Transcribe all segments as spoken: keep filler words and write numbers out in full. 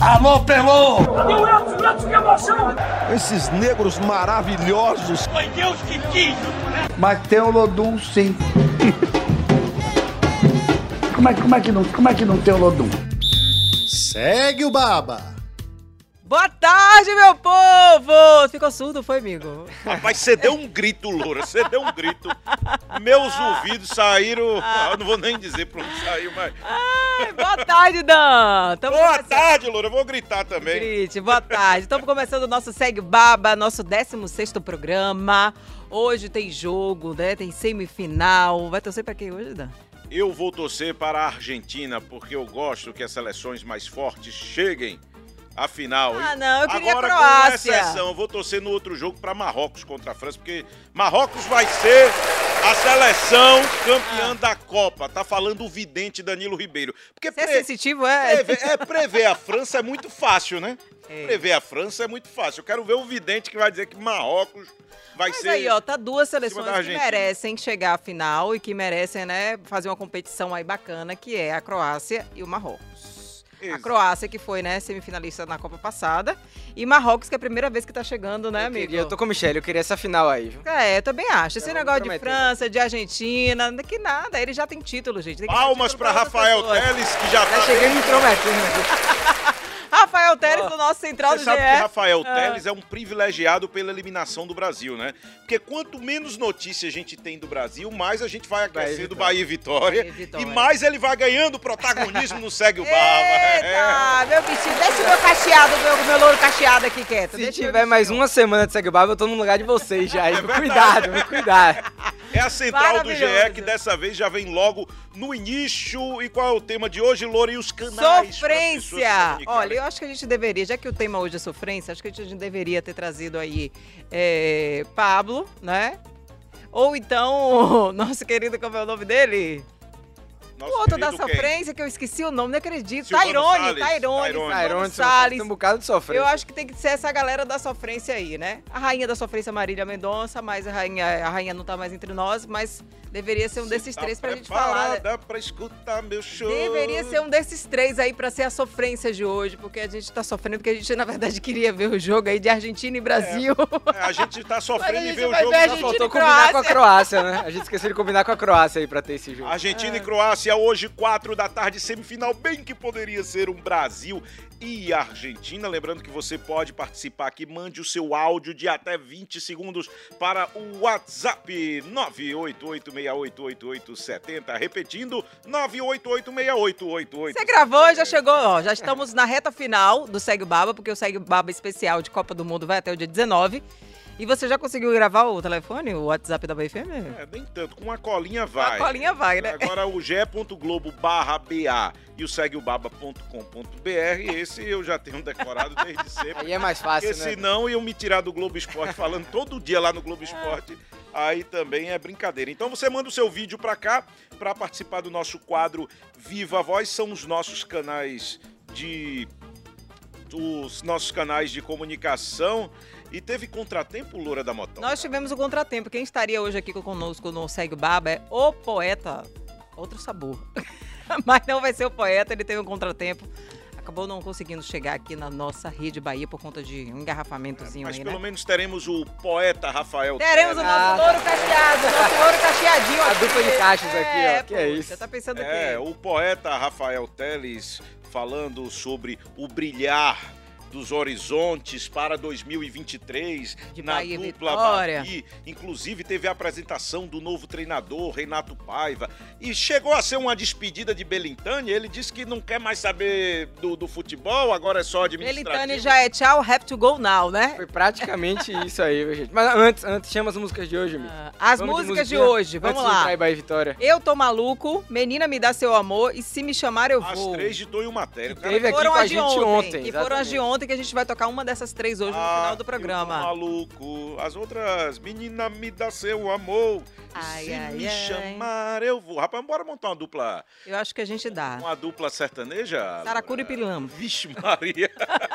Alô, Pelô! Cadê o Edson? O Edson, que emoção! Esses negros maravilhosos. Foi Deus que quis, né? Mas tem o Lodum, sim. como, é, como, é que não, como é que não tem o Lodum? Segue o Baba. Boa tarde, meu povo! Ficou surdo, foi, amigo? Rapaz, você deu um grito, Loura, você deu um grito. Meus ouvidos saíram, ah. eu não vou nem dizer pra onde saiu, mas... Ai, boa tarde, Dan! Tamo boa começando... tarde, Loura, eu vou gritar também. Grite, boa tarde. Estamos começando o nosso Segue Baba, nosso décimo sexto programa. Hoje tem jogo, né? Tem semifinal. Vai torcer pra quem hoje, Dan? Eu vou torcer para a Argentina, porque eu gosto que as seleções mais fortes cheguem à final. Ah, não, eu queria Agora, a Croácia. com exceção, eu vou torcer no outro jogo para Marrocos contra a França, porque Marrocos vai ser a seleção campeã ah. da Copa. Tá falando o vidente Danilo Ribeiro. Porque Você pre... é sensitivo, é? Prever, é? Prever a França é muito fácil, né? É. Prever a França é muito fácil. Eu quero ver o vidente que vai dizer que Marrocos vai Mas ser... aí, ó, tá duas seleções que merecem chegar à final e que merecem, né, fazer uma competição aí bacana, que é a Croácia e o Marrocos. Isso. A Croácia, que foi, né, semifinalista na Copa passada, e Marrocos, que é a primeira vez que tá chegando, né, eu amigo? Queria, eu tô com o Michele, eu queria essa final aí, viu? É, eu também acho. Esse eu negócio de França, de Argentina, que nada, ele já tem título, gente. Tem Palmas título pra, pra Rafael Teles, que já, já tá... Já cheguei me intrometendo. Rafael Teles, oh, o nosso central Você do sabe G E. que Rafael ah. Teles é um privilegiado pela eliminação do Brasil, né? Porque quanto menos notícia a gente tem do Brasil, mais a gente vai aquecendo Bahia e Vitória. Bahia e Vitória. E mais ele vai ganhando protagonismo no Segue o Baba. Eita, é. meu bichinho, deixa o meu cacheado, meu, meu louro cacheado aqui quieto. Se deixa tiver mais uma semana de Segue o Baba, eu tô no lugar de vocês já. É cuidado, cuidado. É a central do G E que dessa vez já vem logo no início. E qual é o tema de hoje, Loura? E os canais? Sofrência! Olha, eu acho que a gente deveria, já que o tema hoje é sofrência, acho que a gente deveria ter trazido aí é, Pablo, né? Ou então, nosso querido, como é o nome dele? Nosso o outro da quem? sofrência, que eu esqueci o nome, não acredito. Silvano Tairone, Salles. Tairone, Tairone. Tairone Salles. Tem um bocado de sofrência. Eu acho que tem que ser essa galera da sofrência aí, né? A rainha da sofrência, Marília Mendonça, mas a rainha, a rainha não tá mais entre nós, mas deveria ser um desses tá três pra gente falar. Né? Pra escutar meu show. Deveria ser um desses três aí pra ser a sofrência de hoje, porque a gente tá sofrendo, porque a gente, na verdade, queria ver o jogo aí de Argentina e Brasil. É, é, a gente tá sofrendo gente e ver o vai jogo. Ver já faltou combinar com a Croácia, né? A gente esqueceu de combinar com a Croácia aí pra ter esse jogo. Argentina é. e Croácia hoje, quatro da tarde, semifinal, bem que poderia ser um Brasil e Argentina. Lembrando que você pode participar aqui, mande o seu áudio de até vinte segundos para o WhatsApp nove oito oito, seis oito oito oito sete zero, repetindo, nove oito oito, seis oito oito oito. Você gravou, já chegou, ó, já estamos na reta final do Segue Baba, porque o Segue Baba especial de Copa do Mundo vai até o dia dezenove. E você já conseguiu gravar o telefone, o WhatsApp da Bahia F M? É, nem tanto. Com a colinha vai. Com a colinha vai, né? Agora o ge ponto globo barra B A e o segue o baba ponto com ponto B R, esse eu já tenho decorado desde sempre. Aí é mais fácil, porque né? senão iam me tirar do Globo Esporte falando todo dia lá no Globo Esporte. Aí também é brincadeira. Então você manda o seu vídeo pra cá pra participar do nosso quadro Viva a Voz. São os nossos canais de... os nossos canais de comunicação. E teve contratempo, Loura da Motão? Nós tivemos o contratempo. Quem estaria hoje aqui conosco no Segue o Baba é o poeta, outro sabor. Mas não vai ser o poeta, ele teve um contratempo. Acabou não conseguindo chegar aqui na nossa Rede Bahia por conta de um engarrafamentozinho é, mas aí, pelo né? menos teremos o poeta Rafael Teremos Teles. o nosso louro cacheado, nosso louro cacheadinho A aqui. dupla de caixas é, aqui, ó. Pô, Que é isso? Você tá pensando o quê? É, o poeta Rafael Teles falando sobre o brilhar dos horizontes para dois mil e vinte e três, de na Bahia dupla Vitória. Babi. Inclusive teve a apresentação do novo treinador, Renato Paiva, e chegou a ser uma despedida de Belintani. Ele disse que não quer mais saber do, do futebol, agora é só administrativo. Belintani já é tchau, have to go now, né? Foi praticamente isso aí, gente. Mas antes, antes chama as músicas de hoje, amigo. Ah, as vamos músicas de, de hoje, vamos antes lá. De entrar em Bahia e Vitória. Eu Tô Maluco, Menina Me Dá Seu Amor e Se Me Chamar Eu As Vou. três de Tonho Matéria. Teve aqui com a gente ontem. Que foram as de ontem, que a gente vai tocar uma dessas três hoje no Ah, final do eu programa. tô maluco. As outras, menina, me dá seu amor. Ai, Se ai, me ai. chamar, eu vou. Rapaz, bora montar uma dupla. Eu acho que a gente dá. Uma dupla sertaneja? Saracura e Pirilama. Vixe, Maria.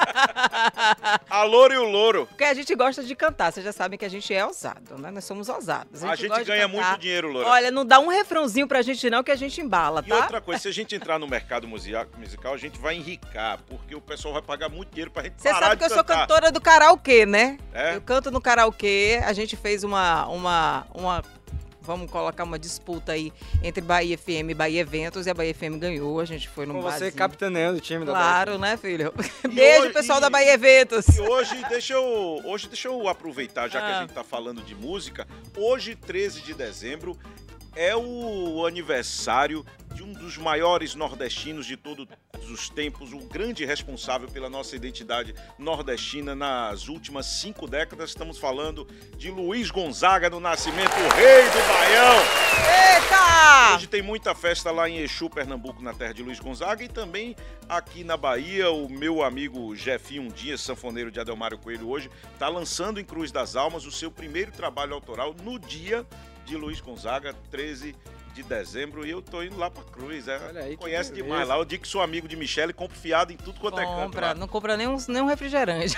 A Loura e o Louro. Porque a gente gosta de cantar, vocês já sabem que a gente é ousado, né? Nós somos ousados. A gente gosta de ganha cantar. muito dinheiro, Loura. Olha, não dá um refrãozinho pra gente não, que a gente embala, E tá? outra coisa, se a gente entrar no mercado musica- musical, a gente vai enricar, porque o pessoal vai pagar muito dinheiro pra gente Você parar sabe de que eu sou cantar. cantora do karaokê, né? É? Eu canto no karaokê, a gente fez uma, uma, uma, vamos colocar uma disputa aí entre Bahia F M e Bahia Eventos, e a Bahia F M ganhou, a gente foi num Com você barzinho. capitaneando o time da Claro, né, filho? E Beijo, hoje- pessoal e- da Bahia Eventos. E hoje, deixa eu, hoje, deixa eu aproveitar, já que Ah. a gente tá falando de música. Hoje, treze de dezembro, é o aniversário de um dos maiores nordestinos de todos os tempos, o grande responsável pela nossa identidade nordestina nas últimas cinco décadas. Estamos falando de Luiz Gonzaga do Nascimento, o rei do Baião. Eita! Hoje tem muita festa lá em Exu, Pernambuco, na terra de Luiz Gonzaga, e também aqui na Bahia, o meu amigo Jefinho Dias, sanfoneiro de Adelmário Coelho, hoje está lançando em Cruz das Almas o seu primeiro trabalho autoral no dia de Luiz Gonzaga, treze de dezembro, e eu tô indo lá pra Cruz. É, Olha aí, que conhece beleza. demais lá. Eu digo que sou amigo de Michele, compro fiado em tudo quanto é canto. Compra, lá. não compra nem um, nem um refrigerante.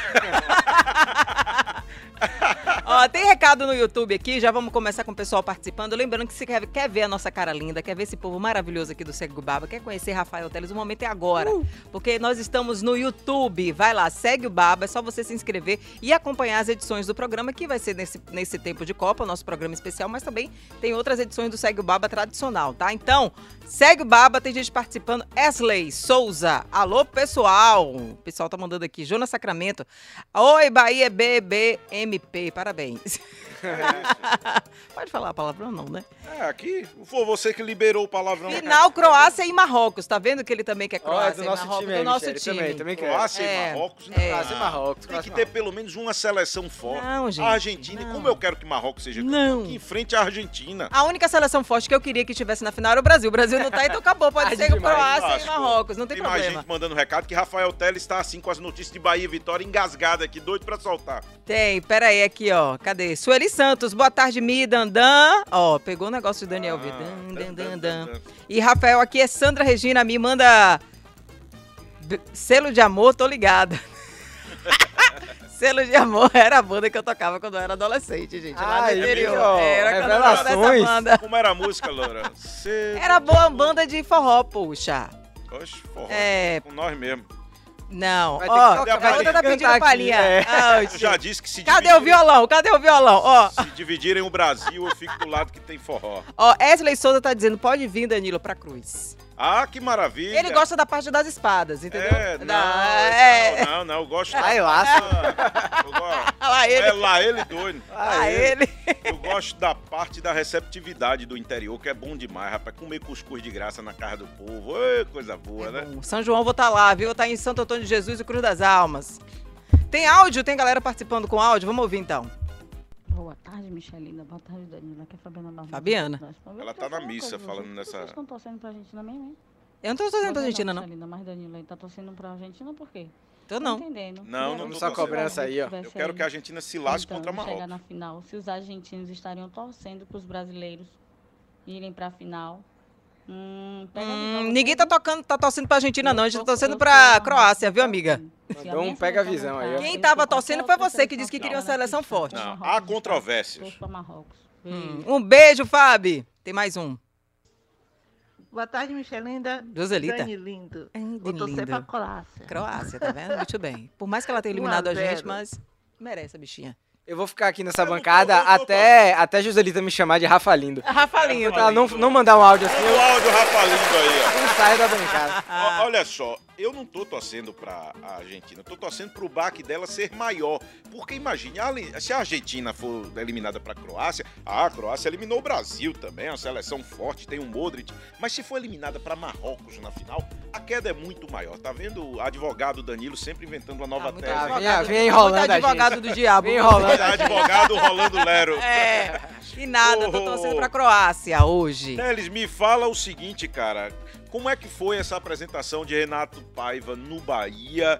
Ó, tem recado no YouTube aqui, já vamos começar com o pessoal participando. Lembrando que se quer, quer ver a nossa cara linda, quer ver esse povo maravilhoso aqui do Segue o Baba, quer conhecer Rafael Teles, o momento é agora. Porque nós estamos no YouTube. Vai lá, segue o Baba, é só você se inscrever e acompanhar as edições do programa, que vai ser nesse, nesse tempo de Copa, o nosso programa especial, mas também tem outras edições do Segue o Baba tradicional, tá? Então, segue o Baba, tem gente participando. Esley Souza, alô pessoal. O pessoal tá mandando aqui, Jonas Sacramento. Oi, Bahia B B M P, parabéns. Pode falar a palavrão não, né? É, aqui foi você que liberou o palavrão. Final, Croácia e Marrocos. Tá vendo que ele também quer Ó, é Croácia do e nosso Marrocos? time do aí, nosso Michele, time. também, também quero. Croácia É, e Marrocos, é. Croácia e Marrocos, Tem Croácia que e ter pelo menos uma seleção forte. Não, gente, A Argentina, e não. como eu quero que Marrocos seja Não. campeão, que enfrente a Argentina. A única seleção forte que eu queria que tivesse na final era o Brasil. O Brasil não tá, então acabou. Pode Tarde ser o demais. Croácia e Lascou. Marrocos. Não tem, Tem mais problema. gente mandando recado que Rafael Teles está assim com as notícias de Bahia e Vitória engasgada aqui, doido pra soltar. Tem, pera aí, aqui, ó. Cadê? Sueli Santos, boa tarde, Mi, Dandan. Ó, pegou o negócio do Daniel V. Ah, Dan, dan, dan, dan, dan, dan. dan. E Rafael, aqui é Sandra Regina, me manda b- selo de amor, tô ligada. Selo de amor era a banda que eu tocava quando eu era adolescente, gente. Lá no Ai, interior. ó, Era cantora dessa revelações. banda. Como era a música, Loura? Cê... Era boa banda de forró, puxa. Oxe, forró. É. Com nós mesmo. Não, Vai ter que ó, tocar, a vai banda ter tá que pedindo cantar palhinha. aqui, é. Ah, Eu já disse que se cadê o dividirem- violão? Cadê o violão? Ó, Se dividirem o Brasil, eu fico do lado que tem forró. ó, Esley Souza tá dizendo, pode vir, Danilo, pra Cruz. Ah, que maravilha. Ele gosta da parte das espadas, entendeu? É, não, Da- é. não, não, não, eu gosto... Ai, laço. Ah, eu gosto... Ah, lá ele. É lá ele doido. Ah, ele. Eu gosto da parte da receptividade do interior, que é bom demais, rapaz. Comer cuscuz de graça na casa do povo. Ê, coisa boa, né? Bom, São João vou estar lá, viu? Vou estar em Santo Antônio de Jesus e Cruz das Almas. Tem áudio? Tem galera participando com áudio? Vamos ouvir então. Boa tarde, Michelina. Boa tarde, Danila. Aqui é a Fabiana Barbosa. Fabiana. Ela tá na missa falando nessa- Vocês estão torcendo pra Argentina mesmo, hein? Eu não tô torcendo pra Argentina, não. Michelina, mas Danila aí tá torcendo pra Argentina por quê? Tô não. entendendo. Não, não Vamos tô só torcendo. cobrança aí, ó. Eu quero que a Argentina se lasque então, contra chegar Marrocos. na final, se os argentinos estariam torcendo pros brasileiros irem pra final. Hum, pega a Hum, visão, ninguém vocês, tá hein? tocando, tá torcendo pra Argentina, Eu não. A gente tá torço- torcendo eu pra torço Croácia, viu, pra amiga? torcendo. Se Mandou a minha um pega a seleção visão não aí, ó. tá, Quem eu tava sou torcendo qualquer foi outra você que disse que seleção queria uma fora, seleção né? forte. Torço Não, pra há Argentina, controvérsias. torço pra Marrocos. Hum, Beijo. Um beijo, Fábio. Tem mais um. Boa tarde, Michelinda. Joselita. Dani lindo. Ai, Vou Dani torcer linda. pra Croácia. Croácia, tá vendo? Muito bem. Por mais que ela tenha Um a eliminado a gente, zero. mas merece a bichinha. Eu vou ficar aqui nessa Eu não tô- bancada eu tô- até, até Joselita me chamar de Rafa Lindo. Rafa Lindo. Pra ela não, não mandar um áudio assim, O eu áudio Rafa Lindo aí, ó. não saio da bancada. Ó, olha só, eu não tô torcendo pra a Argentina, eu tô torcendo pro baque dela ser maior. Porque imagine, a- se a Argentina for eliminada pra Croácia, a Croácia eliminou o Brasil também, é uma seleção forte, tem um Modric. Mas se for eliminada pra Marrocos na final, a queda é muito maior. Tá vendo o advogado Danilo sempre inventando uma nova Ah, muito tese? advogado. advogado, Vem enrolando muito a advogado gente. do diabo. Vem enrolando. Advogado Rolando Lero. É, e nada, tô Ô, torcendo pra Croácia hoje. Teles, me fala o seguinte, cara. Como é que foi essa apresentação de Renato Paiva no Bahia?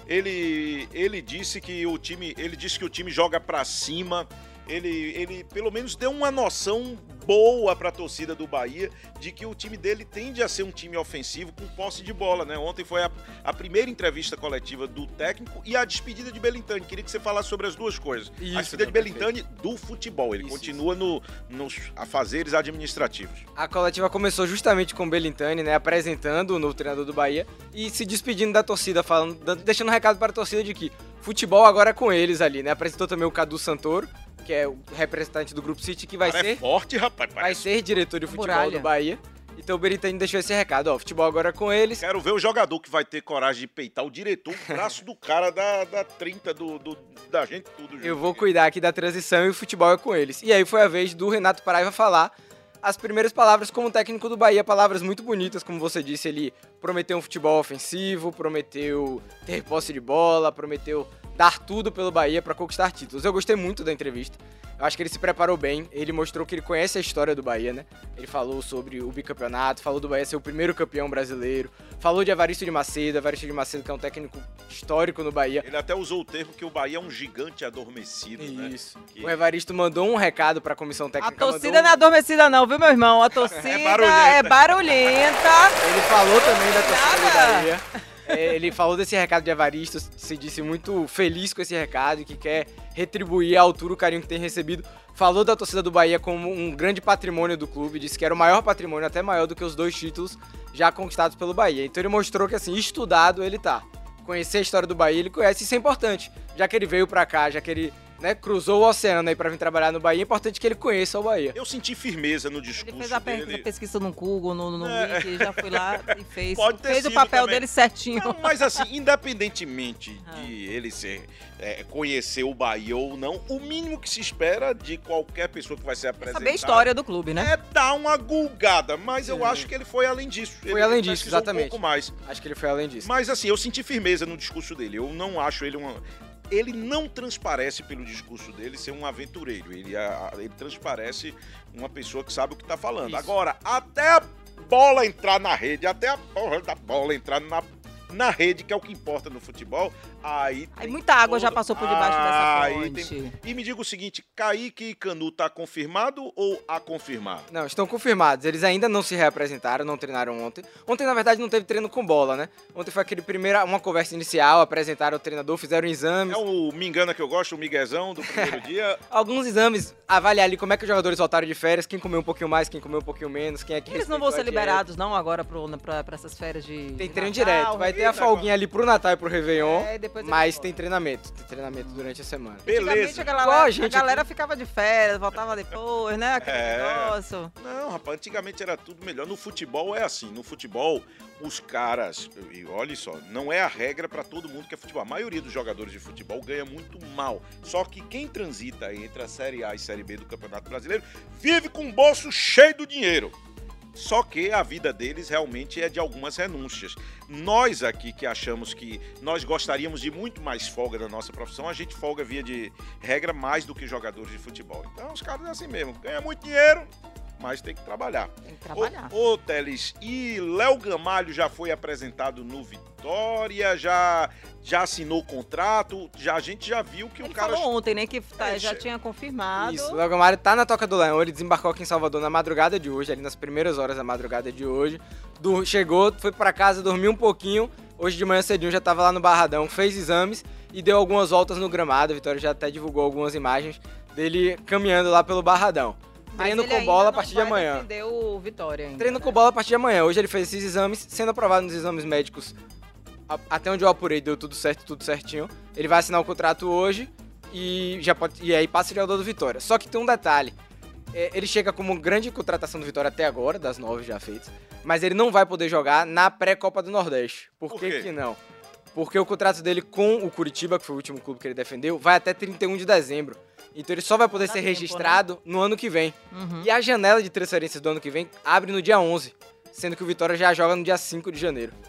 Ele, ele disse que o time, ele disse que o time joga pra cima. Ele, ele pelo menos deu uma noção boa para a torcida do Bahia de que o time dele tende a ser um time ofensivo com posse de bola, né? Ontem foi a, a primeira entrevista coletiva do técnico e a despedida de Belintani. Queria que você falasse sobre as duas coisas. Isso, a despedida de Belintani do futebol. Ele isso, continua no, nos afazeres administrativos. A coletiva começou justamente com o Belintani, né? Apresentando o novo treinador do Bahia e se despedindo da torcida, falando, deixando um recado para a torcida de que futebol agora é com eles ali, né? Apresentou também o Cadu Santoro, que é o representante do Grupo City, que vai Cara, ser... É forte, rapaz. Vai ser diretor de futebol Muralha. do Bahia. Então o Belintani deixou esse recado, ó, futebol agora é com eles. Quero ver o jogador que vai ter coragem de peitar o diretor, o braço do cara da, da trinta, do, do, da gente, tudo. Eu junto. vou cuidar aqui da transição e o futebol é com eles. E aí foi a vez do Renato Paiva falar as primeiras palavras como técnico do Bahia, palavras muito bonitas, como você disse, ele prometeu um futebol ofensivo, prometeu ter posse de bola, prometeu dar tudo pelo Bahia para conquistar títulos. Eu gostei muito da entrevista. Eu acho que ele se preparou bem, ele mostrou que ele conhece a história do Bahia, né? Ele falou sobre o bicampeonato, falou do Bahia ser o primeiro campeão brasileiro, falou de Evaristo de Macedo, Evaristo de Macedo que é um técnico histórico no Bahia. Ele até usou o termo que o Bahia é um gigante adormecido, né? Isso. Que... O Evaristo mandou um recado para a comissão técnica. A torcida mandou... não é adormecida não, viu, meu irmão? A torcida É barulhenta. é barulhenta. Ele falou também da torcida do Nada. Bahia. É, ele falou desse recado de Evaristo, se disse muito feliz com esse recado e que quer retribuir à altura o carinho que tem recebido. Falou da torcida do Bahia como um grande patrimônio do clube, disse que era o maior patrimônio, até maior do que os dois títulos já conquistados pelo Bahia. Então ele mostrou que, assim, estudado ele tá. Conhecer a história do Bahia, ele conhece, isso é importante. Já que ele veio pra cá, já que ele, né, cruzou o oceano aí pra vir trabalhar no Bahia, é importante que ele conheça o Bahia. Eu senti firmeza no discurso Ele fez a dele. pe- pesquisa no Google, no, no É. Wiki, já foi lá e fez. Pode ter fez o sido papel também. dele certinho. Não, mas assim, independentemente Ah. de ele ser, é, conhecer o Bahia ou não, o mínimo que se espera de qualquer pessoa que vai ser apresentada Saber a história do clube, né? é dar uma gulgada, mas eu Sim. acho que ele foi além disso. Foi ele além disso, pesquisou exatamente. um pouco mais. Acho que ele foi além disso. Mas assim, eu senti firmeza no discurso dele. Eu não acho ele uma... Ele não transparece pelo discurso dele ser um aventureiro. Ele, a- ele transparece uma pessoa que sabe o que tá falando. Isso. Agora, até a bola entrar na rede, até a porra da bola entrar na, na rede, que é o que importa no futebol, aí... Aí tem muita água toda- já passou por debaixo dessa Aí ponte. tem- E me diga o seguinte, Kaique e Canu tá confirmado ou a confirmar? Não, estão confirmados. Eles ainda não se reapresentaram, não treinaram ontem. Ontem, na verdade, não teve treino com bola, né? Ontem foi aquele primeiro, uma conversa inicial, apresentaram o treinador, fizeram exames. É o me engana que eu gosto, o miguezão do primeiro dia. Alguns exames, avaliar ali como é que os jogadores voltaram de férias, quem comeu um pouquinho mais, quem comeu um pouquinho menos, quem é que Eles não respeitou vão ser a dieta. liberados, não, agora pro, pra, pra essas férias de. Tem de treino Natal, direto. Vai ter a Eita, folguinha ali pro Natal e pro Réveillon, É, e depois eles mas voltam. tem treinamento. Tem treinamento durante a semana. Antigamente Beleza. a galera, Igual a a gente galera ficava de férias, voltava depois, né? Aquele É. negócio. Não, rapaz, antigamente era tudo melhor. No futebol é assim. No futebol, os caras. E olha só, não é a regra pra todo mundo que é futebol. A maioria dos jogadores de futebol ganha muito mal. Só que quem transita entre a Série A e Série B do Campeonato Brasileiro vive com o bolso cheio do dinheiro. Só que a vida deles realmente é de algumas renúncias. Nós aqui que achamos que nós gostaríamos de muito mais folga na nossa profissão, a gente folga via de regra mais do que jogadores de futebol. Então os caras é assim mesmo, ganha muito dinheiro, mas tem que trabalhar. Tem que trabalhar. Ô, ô Teles, e Léo Gamalho já foi apresentado no Vitória, já, já assinou o contrato, já, a gente já viu que Ele o cara... falou ontem, né, que tá- É, já che- tinha confirmado. Isso, o Léo Gamalho tá na Toca do Leão, ele desembarcou aqui em Salvador na madrugada de hoje, ali nas primeiras horas da madrugada de hoje. Du- chegou, foi pra casa, dormiu um pouquinho, hoje de manhã cedinho já tava lá no Barradão, fez exames e deu algumas voltas no gramado. A Vitória já até divulgou algumas imagens dele caminhando lá pelo Barradão. Mas Treino ele com ainda bola a não partir de vai amanhã. defender o Vitória ainda, Treino né? com bola a partir de amanhã. Hoje ele fez esses exames, sendo aprovado nos exames médicos. A- Até onde eu apurei, deu tudo certo, tudo certinho. Ele vai assinar o contrato hoje e já pode e aí passa de jogador do Vitória. Só que tem um detalhe. É, ele chega como grande contratação do Vitória até agora, das nove já feitas, mas ele não vai poder jogar na pré-Copa do Nordeste. Por, Por que quê? que não? Porque o contrato dele com o Curitiba, que foi o último clube que ele defendeu, vai até trinta e um de dezembro. Então ele só vai poder Dá ser tempo, né? registrado no ano que vem. Uhum. E a janela de transferências do ano que vem abre no dia onze, sendo que o Vitória já joga no dia cinco de janeiro.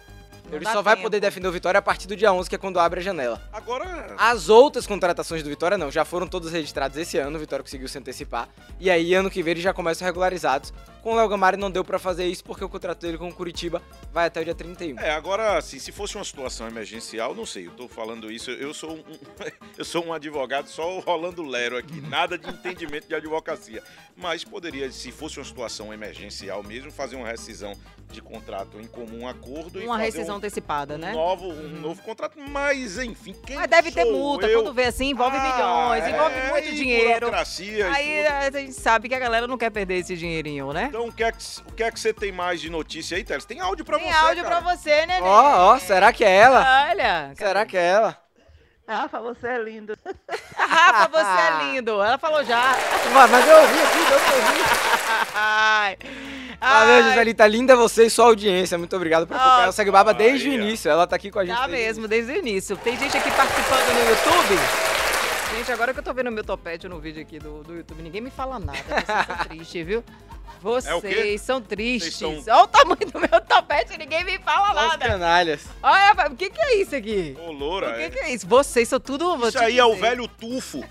Ele dá só vai tempo. poder defender o Vitória a partir do dia onze, que é quando abre a janela. Agora... As outras contratações do Vitória não, já foram todas registradas esse ano, o Vitória conseguiu se antecipar. E aí, ano que vem, eles já começam regularizados. Com o Léo Gamalho não deu pra fazer isso, porque o contrato dele com o Curitiba vai até o dia trinta e um. É, agora, assim, se fosse uma situação emergencial, não sei, eu tô falando isso, eu sou um, eu sou um advogado só rolando lero aqui, nada de entendimento de advocacia. Mas poderia, se fosse uma situação emergencial mesmo, fazer uma rescisão de contrato em comum acordo e Uma fazer rescisão um, antecipada, um né? novo, um novo contrato, mas enfim, quem Mas deve ter sou multa, eu? quando vê assim, envolve Ah, milhões, envolve é, muito e dinheiro. burocracia e Aí tudo. a gente sabe que a galera não quer perder esse dinheirinho, né? Então, o que, é que, o que é que você tem mais de notícia aí, Teles? Tem áudio pra Tem você, áudio cara. pra você, né, Ó, ó, será que é ela? Olha. Será que é ela? Rafa, você é lindo. Rafa, você é lindo. Ela falou já. Mas mas eu ouvi aqui, eu ouvi. Ai. Valeu, Ai. Giselita, linda você e sua audiência. Muito obrigado por acompanhar o Segue o Baba desde o Aí, ó. início. Ela tá aqui com a gente. Tá desde o mesmo, desde o início. Tem gente aqui participando no YouTube. Gente, agora que eu tô vendo o meu topete no vídeo aqui do, do YouTube, ninguém me fala nada. Vocês são tristes, viu? Vocês É o quê? são tristes. Vocês Olha o tamanho do meu topete, ninguém me fala início. Os nada. canalhas. Olha, o que que é isso aqui? Ô, loura, O que é. que é isso? Vocês são tudo... vou Isso te aí é o dizer. velho tufo.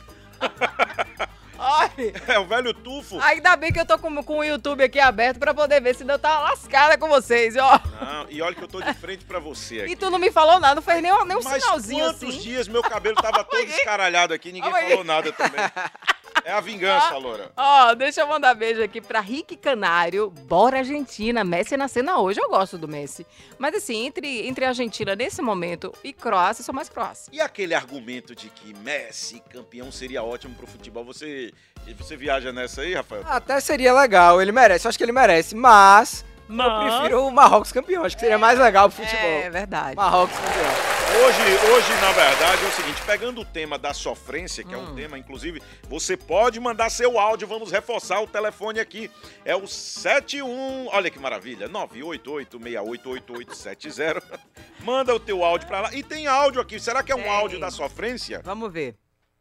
Olha, É o velho tufo. ainda bem que eu tô com, com o YouTube aqui aberto pra poder ver, senão eu tava lascada com vocês, ó. Não, e olha que eu tô de frente pra você aqui. E tu não me falou nada, não fez nem, um- nem um Mas sinalzinho quantos assim. dias meu cabelo tava todo escaralhado aqui, ninguém Olha aí. falou nada também. É a vingança, loura. Ó, deixa eu mandar beijo aqui pra Rick Canário. Bora Argentina, Messi na cena hoje. Eu gosto do Messi. Mas assim, entre, entre Argentina nesse momento e Croácia, eu sou mais Croácia. E aquele argumento de que Messi, campeão, seria ótimo pro futebol, você, você viaja nessa aí, Rafael? Até seria legal, ele merece. Eu acho que ele merece, mas... Mas- Eu prefiro o Marrocos campeão. Acho que seria mais legal pro futebol. É verdade. Marrocos campeão. Hoje, hoje, na verdade, é o seguinte, pegando o tema da sofrência, que é Hum. um tema, inclusive, você pode mandar seu áudio, vamos reforçar o telefone aqui, é o sete um, olha que maravilha, nove oito oito, seis oito oito oito sete zero, manda o teu áudio pra lá, e tem áudio aqui, será que é um Tem. áudio da sofrência? Vamos ver.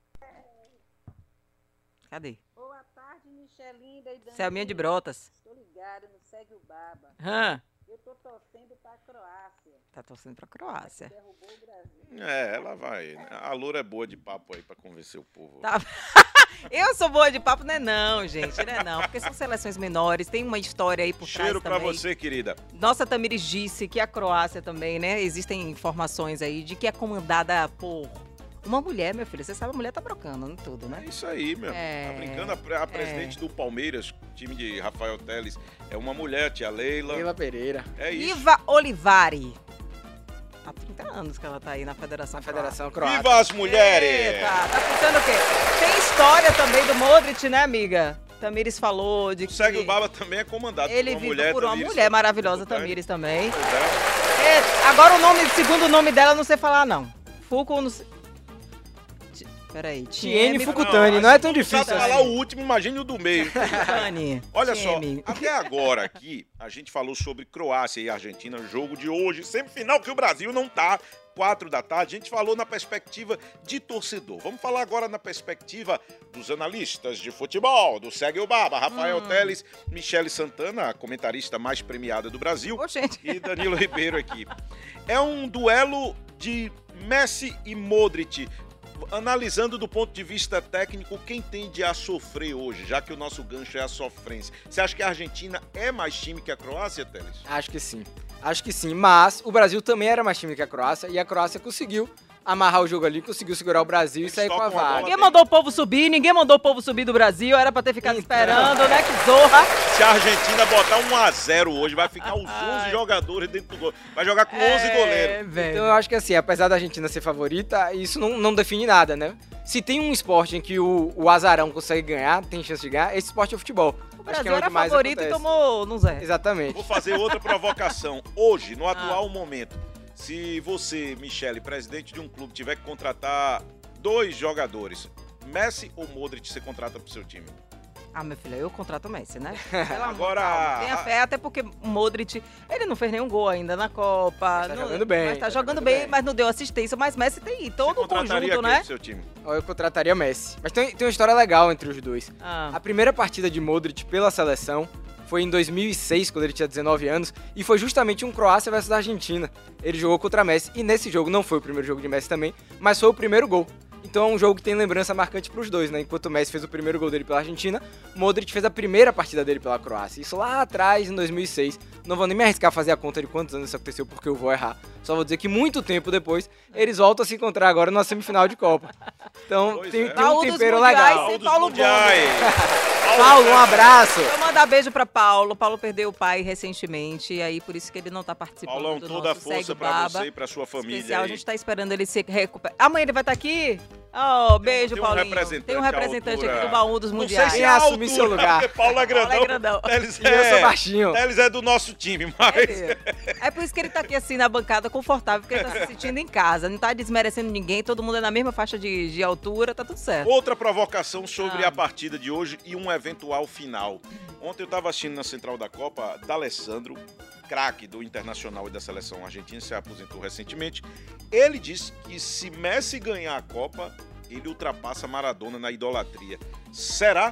Cadê? Boa tarde, Michelinda e Dani. Selminha de Brotas. Tô ligada no Segue o Baba. Hã? Eu tô torcendo pra Croácia. Tá torcendo pra Croácia. Derrubou o Brasil. É, ela vai, a loura é boa de papo aí pra convencer o povo. Tá. Eu sou boa de papo, não é não, gente, não é não. Porque são seleções menores, tem uma história aí por Cheiro trás pra também. você, querida. Nossa Tamires disse que a Croácia também, né? Existem informações aí de que é comandada por uma mulher, meu filho. Você sabe, a mulher tá brocando em tudo, É né? isso aí, meu. É, Tá brincando, a, pre- a presidente do Palmeiras, time de Rafael Teles, é uma mulher, tia Leila. Leila Pereira. É isso. Iva Olivari. Há trinta anos que ela tá aí na Federação Na Federação Croata. Viva as mulheres! Eita, tá pensando o quê? Tem história também do Modric, né, amiga? Tamires falou de que... Segue o Baba também é comandado Ele por uma vive mulher. por uma Tamires, mulher maravilhosa, Fukutani. Tamires também. Pois é. É, agora o nome, segundo o nome dela, eu não sei falar, não. Fuku, não sei... Ti- Peraí. Tiene Fukutani, não é tão Sabe difícil falar assim. o último, imagine o do meio. Fukutani. Olha só, Tiene. até agora aqui, a gente falou sobre Croácia e Argentina, jogo de hoje, semifinal que o Brasil não tá, quatro da tarde, a gente falou na perspectiva de torcedor. Vamos falar agora na perspectiva dos analistas de futebol, do Segue o Baba, Rafael Hum. Teles, Michele Santana, a comentarista mais premiada do Brasil, Ô, gente. e Danilo Ribeiro aqui. É um duelo de Messi e Modric. Analisando do ponto de vista técnico, quem tende a sofrer hoje, já que o nosso gancho é a sofrência? Você acha que a Argentina é mais time que a Croácia, Teles? Acho que sim. Acho que sim. Mas o Brasil também era mais time que a Croácia. E a Croácia conseguiu amarrar o jogo ali, conseguiu segurar o Brasil Eles e sair com a tocam a bola vaga. Ninguém mandou o povo subir, ninguém mandou o povo subir do Brasil, era pra ter ficado Então. esperando, né? Que zorra. Se a Argentina botar um a zero hoje, vai ficar os onze jogadores dentro do gol. Vai jogar com onze goleiros. É, velho. Então eu acho que assim, apesar da Argentina ser favorita, isso não, não define nada, né? Se tem um esporte em que o, o azarão consegue ganhar, tem chance de ganhar, esse esporte é o futebol. O Acho Brasil que é onde era mais favorito e acontece. tomou no Zé. Exatamente. Vou fazer outra provocação. Hoje, Ah. no atual momento, se você, Michele, presidente de um clube, tiver que contratar dois jogadores, Messi ou Modric, você contrata pro seu time? Ah, meu filho, eu contrato o Messi, né? Pelo amor, Agora, calma. Tenha a- fé, até porque o Modric, ele não fez nenhum gol ainda na Copa. Mas tá não- jogando bem, Mas tá, tá jogando jogando bem, bem. mas não deu assistência. Mas Messi tem todo você o contrataria conjunto, quem né? pro seu time? Ó, eu contrataria Messi. Mas tem, tem uma história legal entre os dois. Ah. A primeira partida de Modric pela seleção foi em dois mil e seis, quando ele tinha dezenove anos, e foi justamente um Croácia versus Argentina. Ele jogou contra Messi, e nesse jogo não foi o primeiro jogo de Messi também, mas foi o primeiro gol. Então é um jogo que tem lembrança marcante pros dois, né? Enquanto o Messi fez o primeiro gol dele pela Argentina, Modric fez a primeira partida dele pela Croácia. Isso lá atrás, em dois mil e seis. Não vou nem me arriscar a fazer a conta de quantos anos isso aconteceu, porque eu vou errar. Só vou dizer que muito tempo depois, eles voltam a se encontrar agora na semifinal de Copa. Então tem, é. tem um tempero legal. Sem Paulo Paulo, um abraço. Vou mandar beijo pra Paulo. Paulo perdeu o pai recentemente, e aí por isso que ele não tá participando Paulão, do toda a nosso força Segue pra Baba você e pra sua família. Especial, aí. a gente tá esperando ele se recuperar. Amanhã ele vai estar aqui? Oh, beijo, tem um Paulinho. representante Tem um à representante altura. aqui do Baú dos Não Mundiais. sei se Quem é a assumir altura, seu lugar? porque Paulo é grandão. Paulo é grandão. Teles E eu sou é, baixinho. Teles é do nosso time, mas... É, é por isso que ele tá aqui assim na bancada confortável, porque ele tá se sentindo em casa. Não tá desmerecendo ninguém, todo mundo é na mesma faixa de, de altura, tá tudo certo. Outra provocação sobre Ah. a partida de hoje e um eventual final. Ontem eu estava assistindo na Central da Copa, D'Alessandro, craque do Internacional e da Seleção Argentina, se aposentou recentemente. Ele disse que se Messi ganhar a Copa, ele ultrapassa Maradona na idolatria. Será?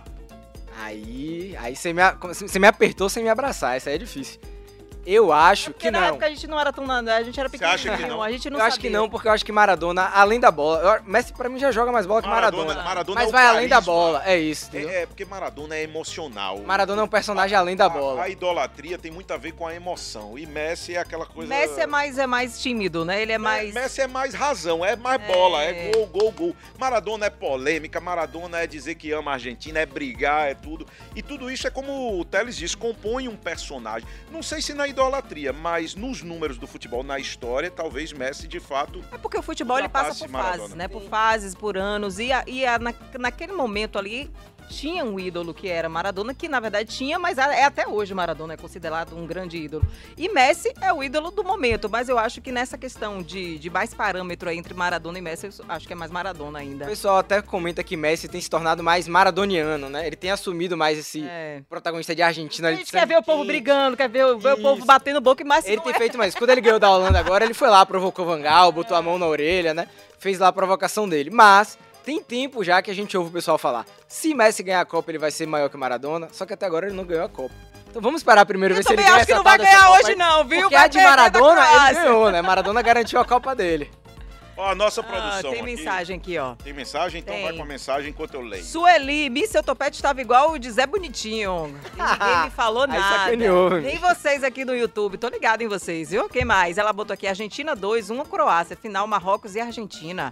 Aí, aí você me, a- você me apertou sem me abraçar, isso aí é difícil. Eu acho Porque que na não. época a gente não era tão... A gente era Você acha que pequenininho, não? a gente não Eu acho que sabia. não, porque eu acho que Maradona, além da bola... eu- Messi pra mim já joga mais bola que Maradona. Maradona, Maradona mas é o vai além da carisma. bola, é isso, entendeu? É, é, porque Maradona é emocional. Maradona é um personagem além da A- bola. A, idolatria tem muito a ver com a emoção. E Messi é aquela coisa... Messi é mais, é mais tímido, né? Ele é mais... Messi é mais razão, é mais É. bola, é gol, gol, gol. Maradona é polêmica, Maradona é dizer que ama a Argentina, é brigar, é tudo. E tudo isso é como o Teles disse, compõe um personagem. Não sei se na idolatria, mas nos números do futebol, na história, talvez Messi de fato... É porque o futebol ele passa por ultrapasse fases, Maradona. né? Por fases, por anos. E, a, e a, na, naquele momento ali tinha um ídolo que era Maradona, que na verdade tinha, mas é até hoje Maradona é considerado um grande ídolo. E Messi é o ídolo do momento, mas eu acho que nessa questão de, de mais parâmetro aí entre Maradona e Messi, eu acho que é mais Maradona ainda. O pessoal até comenta que Messi tem se tornado mais maradoniano, né? Ele tem assumido mais esse É. protagonista de Argentina. A ali gente de quer ver o povo sangue brigando, quer ver, o- ver o povo Isso. batendo boca e mais Ele tem feito mais. Quando ele ganhou da Holanda agora, ele foi lá, provocou o Van Gaal, botou a mão na orelha, né? Fez lá a provocação dele. Mas tem tempo já que a gente ouve o pessoal falar: se Messi ganhar a Copa, ele vai ser maior que Maradona. Só que até agora ele não ganhou a Copa. Então vamos esperar primeiro Eu ver se ele também ganha acho que essa não vai tal dessa ganhar Copa hoje aí. não, viu? Porque Vai a de perder da Maradona, ele Croácia. ganhou, né? Maradona garantiu a Copa dele. Ó, a nossa Ah, produção tem aqui... mensagem aqui, ó. Tem mensagem? Então Tem. vai com a mensagem enquanto eu leio. Sueli, Mi, seu topete estava igual o de Zé Bonitinho. E ninguém me falou Aí nada. sacaneou, Mi. Nem vocês aqui no YouTube. Tô ligado em vocês, viu? Quem mais? Ela botou aqui Argentina dois, um Croácia. Final Marrocos e Argentina.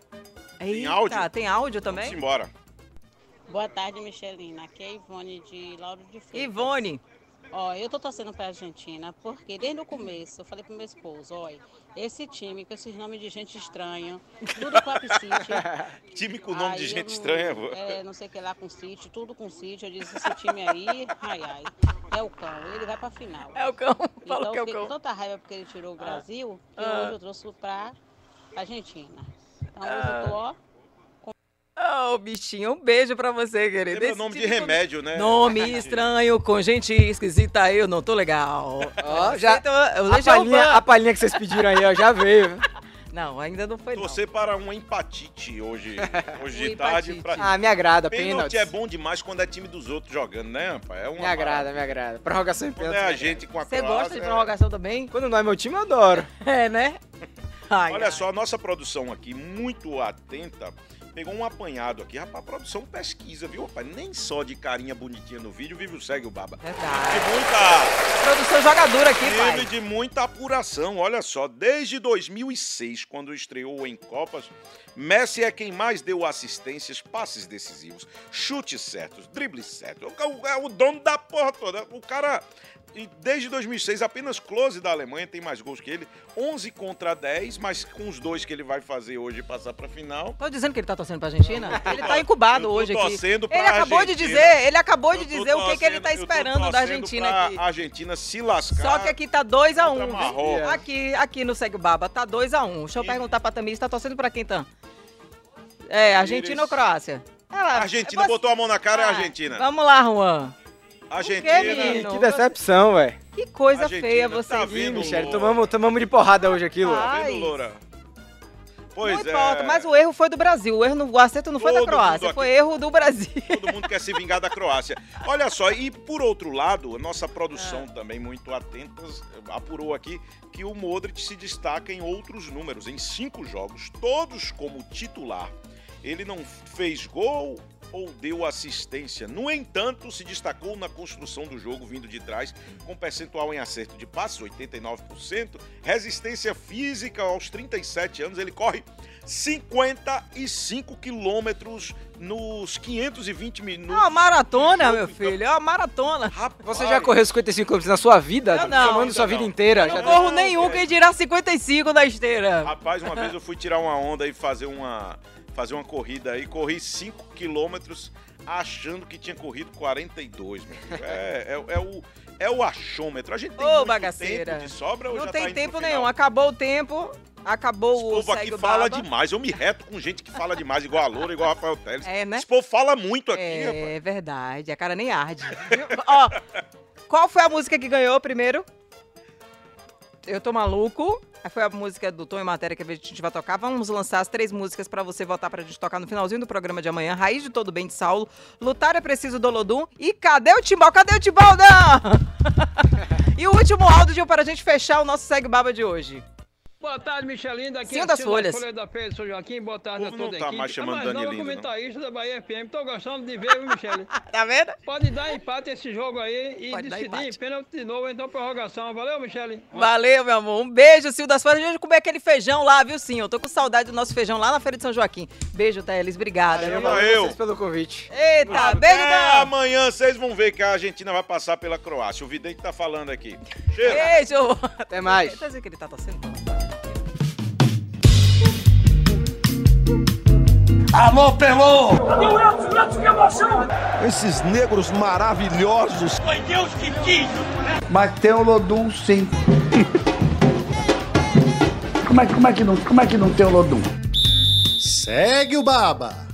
Eita, áudio? Tem áudio Vamos também? embora. Boa tarde, Michelina. Aqui é a Ivone de Lauro de Freitas. Ivone. Ó, eu tô torcendo pra Argentina porque desde o começo eu falei pro meu esposo, olha, esse time com esses nomes de gente estranha, tudo com a City. Time com nome Aí de eu gente não- estranha, vô. É, não sei o que lá com City, tudo com City. Eu disse, esse time aí, ai ai, é o cão, ele vai pra final. É o cão. Então Falou eu que é o fiquei com cão. tanta raiva porque ele tirou o Brasil, que Ah. hoje eu trouxe pra Argentina. Então Ah. hoje eu tô, ó, Ô, bichinho, um beijo pra você, querido. Lembra Esse nome de time com- remédio, né? Nome estranho, com gente esquisita, eu não tô legal. Ó, já- Então, eu A Legião palhinha, Urbana. a palhinha que vocês pediram aí, ó, já veio. Não, ainda não foi não. Torcer para um empatite hoje, hoje de Um tarde. empatite. Pra... Ah, me agrada, Pênalti pênalti. é bom demais quando é time dos outros jogando, né, rapaz? É uma Me agrada, me agrada. Prorrogação em Quando pênalti. é a me agrada. gente com a Você Croácia, gosta de é- prorrogação também? Quando não é meu time, eu adoro. É, né? Ai, Olha ai. só, a nossa produção aqui, muito atenta, pegou um apanhado aqui. Rapaz, a produção pesquisa, viu, rapaz? Nem só de carinha bonitinha no vídeo, vive o segue o baba. Verdade. De muita... Produção jogadora aqui, Teve pai. de muita apuração, olha só, desde dois mil e seis, quando estreou em Copas, Messi é quem mais deu assistências, passes decisivos, chutes certos, dribles certos. É o- é o dono da porra toda. O cara, e desde dois mil e seis, apenas Klose da Alemanha tem mais gols que ele, onze contra dez, mas com os dois que ele vai fazer hoje e passar pra final. Tô dizendo que ele tá torcendo pra Argentina? Ele tá incubado Eu tô hoje aqui. torcendo pra Ele acabou de Argentina. dizer, ele acabou de Eu tô dizer o que, que ele tá torcendo- eu tô esperando da torcendo Argentina pra aqui. A Argentina se lascar. Só que aqui tá dois a um, contra viu? Marrocos. Aqui, aqui no Segue o Baba, tá dois a um. Deixa eu E- perguntar pra Tamires, tá torcendo pra quem, Tam? É, Argentina Eles- ou Croácia? Ela- A Argentina é você- botou a mão na cara, é a Ah, Argentina. Vamos lá, Juan. Argentina. menino? Que decepção, velho. Que coisa Argentina, feia tá você. vindo, Michele, Loura. tomamos, tomamos de porrada hoje aqui, Loura. Tá Ai. vendo, Loura? Pois não é. importa, mas o erro foi do Brasil. O, erro não, o acerto não foi Todo da Croácia, mundo foi aqui- erro do Brasil. Todo mundo quer se vingar da Croácia. Olha só, e por outro lado, a nossa produção Ah. também muito atenta apurou aqui que o Modric se destaca em outros números. Em cinco jogos, todos como titular, ele não fez gol ou deu assistência. No entanto, se destacou na construção do jogo vindo de trás, com percentual em acerto de passes, oitenta e nove por cento, resistência física aos trinta e sete anos, ele corre cinquenta e cinco quilômetros nos quinhentos e vinte minutos. É uma maratona, de meu jogo em filho, é uma maratona. Rapaz, Você já correu cinquenta e cinco quilômetros na sua vida? Eu não, Somando ainda sua não. vida inteira? Eu Já não corro não, nenhum, velho. quem dirá cinquenta e cinco na esteira. Rapaz, uma vez eu fui tirar uma onda e fazer uma, fazer uma corrida aí, corri cinco quilômetros achando que tinha corrido quarenta e dois, meu filho. É, é, é o, é o achômetro. A gente tem Ô, muito bagaceira. tempo de sobra ou Não já tem tá indo tempo pro nenhum, final? acabou o tempo, acabou Esse o povo segue aqui o fala baba. demais. Eu me reto com gente que fala demais, igual a Loura, igual a Rafael Teles. É, né? Esse povo fala muito aqui, rapaz. É verdade, a cara nem arde. Viu? Ó, qual foi a música que ganhou primeiro? Eu Tô Maluco. Aí foi a música do Tom e Matéria que a gente vai tocar. Vamos lançar as três músicas pra você votar pra gente tocar no finalzinho do programa de amanhã. Raiz de Todo Bem de Saulo, Lutar é Preciso do Olodum e Cadê o Timbal? Cadê o Timbal, Dan? E o último áudio para a gente fechar o nosso Segue Baba de hoje. Boa tarde, Michelin. Daqui Sim, é das Silvio folhas. Folha da Feira de São Joaquim. Boa tarde O a povo toda não a tá equipe. mais chamando a mais nova Danilo, não. comentarista da Bahia F M. Tô gostando de ver, viu, Michelin? Tá vendo? Pode dar empate esse jogo aí e Pode dar decidir empate. em pênalti de novo, então prorrogação. Valeu, Michelin? Valeu, meu amor. Um beijo, Sil das Folhas. A gente comer aquele feijão lá, viu, sim? Eu tô com saudade do nosso feijão lá na Feira de São Joaquim. Beijo, Teles. Obrigada. Valeu, viu? valeu. Vocês pelo convite. Eita, beijo, Até Dan. amanhã vocês vão ver que a Argentina vai passar pela Croácia. O Vidente tá falando aqui. Cheiro. Beijo. Até mais. Tá dizendo que ele tá tossindo? Alô, Pelô! Cadê o Edson? Edson, que emoção! Esses negros maravilhosos. Foi Deus que quis, né? Mas tem o Lodum, sim. como, é, como, é que não, como é que não tem o Lodum? Segue o Baba.